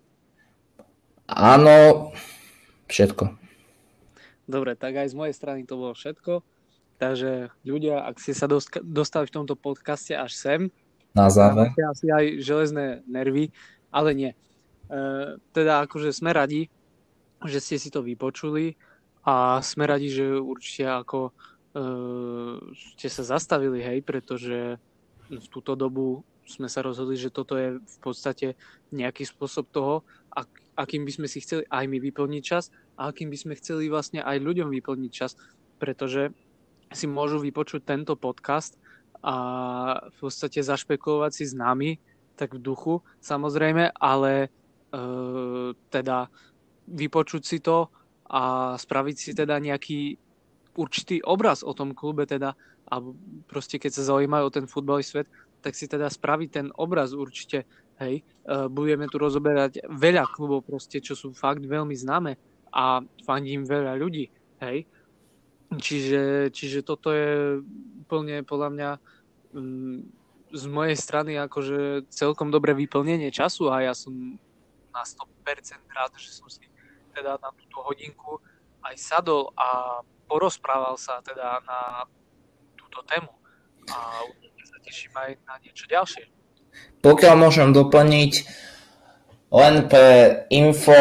Áno, všetko. Dobre, tak aj z mojej strany to bolo všetko. Takže ľudia, ak ste sa dostali v tomto podcaste až sem, Na záver. máte asi aj železné nervy, ale nie. Teda akože sme radi, že ste si to vypočuli a sme radi, že určite ako ste sa zastavili, hej, pretože v túto dobu sme sa rozhodli, že toto je v podstate nejaký spôsob toho, akým by sme si chceli aj my vyplniť čas a akým by sme chceli vlastne aj ľuďom vyplniť čas, pretože si môžu vypočuť tento podcast a v podstate zašpekulovať si s nami, tak v duchu samozrejme, ale teda vypočuť si to a spraviť si teda nejaký určitý obraz o tom klube teda a proste keď sa zaujímajú o ten futbalový svet, tak si teda spraviť ten obraz určite, hej. Budeme tu rozoberať veľa klubov proste, čo sú fakt veľmi známe a fandím veľa ľudí, hej. Čiže toto je úplne podľa mňa z mojej strany akože celkom dobré vyplnenie času a ja som na 100% rád, že som si teda na túto hodinku aj sadol a porozprával sa teda na túto tému a určite sa teším aj na niečo ďalšie. Pokiaľ môžem doplniť, len pre info,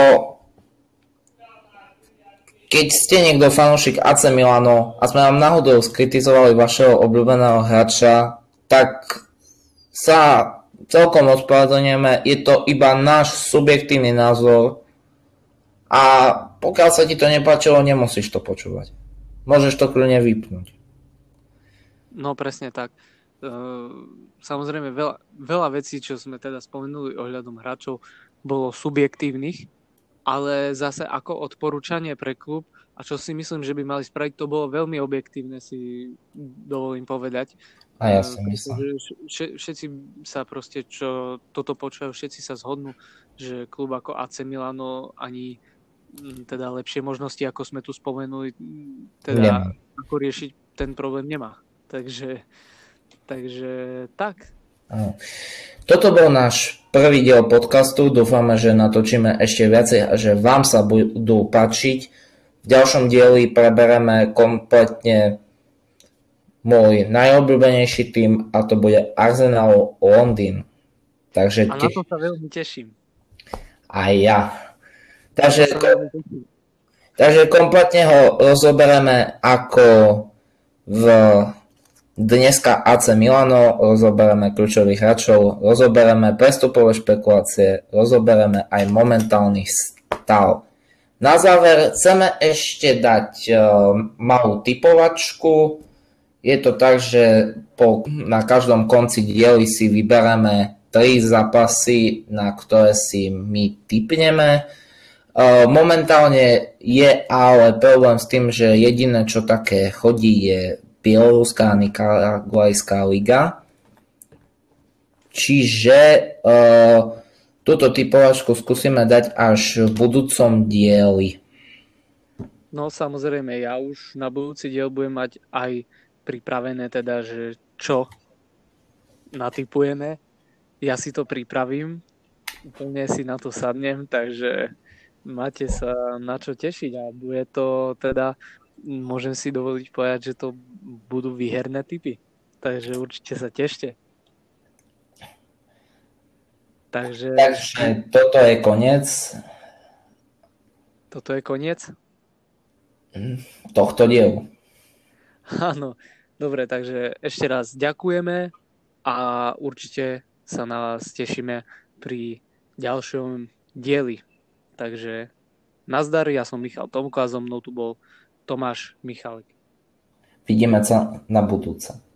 keď ste niekto fanúšik AC Milano a sme vám náhodou skritizovali vašeho obľúbeného hráča, tak sa celkom ospravedlňujeme, je to iba náš subjektívny názor a pokiaľ sa ti to nepáčilo, nemusíš to počúvať. Môžeš to kľudne vypnúť. No presne tak. Samozrejme veľa vecí, čo sme teda spomenuli ohľadom hráčov, bolo subjektívnych, ale zase ako odporúčanie pre klub a čo si myslím, že by mali spraviť, to bolo veľmi objektívne, si dovolím povedať. A ja si myslím. Všetci sa proste, čo toto počúvajú, všetci sa zhodnú, že klub ako AC Milano ani teda lepšie možnosti, ako sme tu spomenuli, teda ako riešiť ten problém nemá. Takže tak. Toto bol náš prvý diel podcastu. Dúfame, že natočíme ešte viacej a že vám sa budú páčiť. V ďalšom dieli prebereme kompletne môj najobľúbenejší tým a to bude Arsenal Londýn. Takže a na to sa veľmi teším. Aj ja. Takže kompletne ho rozoberieme ako v dneska AC Milano, rozoberieme kľúčových hráčov, rozoberieme prestupové špekulácie, rozoberieme aj momentálny stav. Na záver chceme ešte dať malú typovačku. Je to tak, že na každom konci diely si vybereme 3 zápasy, na ktoré si my tipneme. Momentálne je ale problém s tým, že jediné, čo také chodí, je Bieloruská a Nikaraguajská liga. Čiže túto typovačku skúsime dať až v budúcom dieli. No samozrejme, ja už na budúci diel budem mať aj pripravené teda, že čo natipujeme. Ja si to pripravím, úplne si na to sadnem, takže máte sa na čo tešiť a bude to teda, môžem si dovoliť povedať, že to budú výherné tipy. Takže určite sa tešte. Takže toto je koniec. Toto je koniec? Tohto dielu. Áno, dobre, takže ešte raz ďakujeme a určite sa na vás tešíme pri ďalšom dieli. Takže nazdar, ja som Michal Tomko a so mnou tu bol Tomáš Michalek. Vidíme sa na budúce.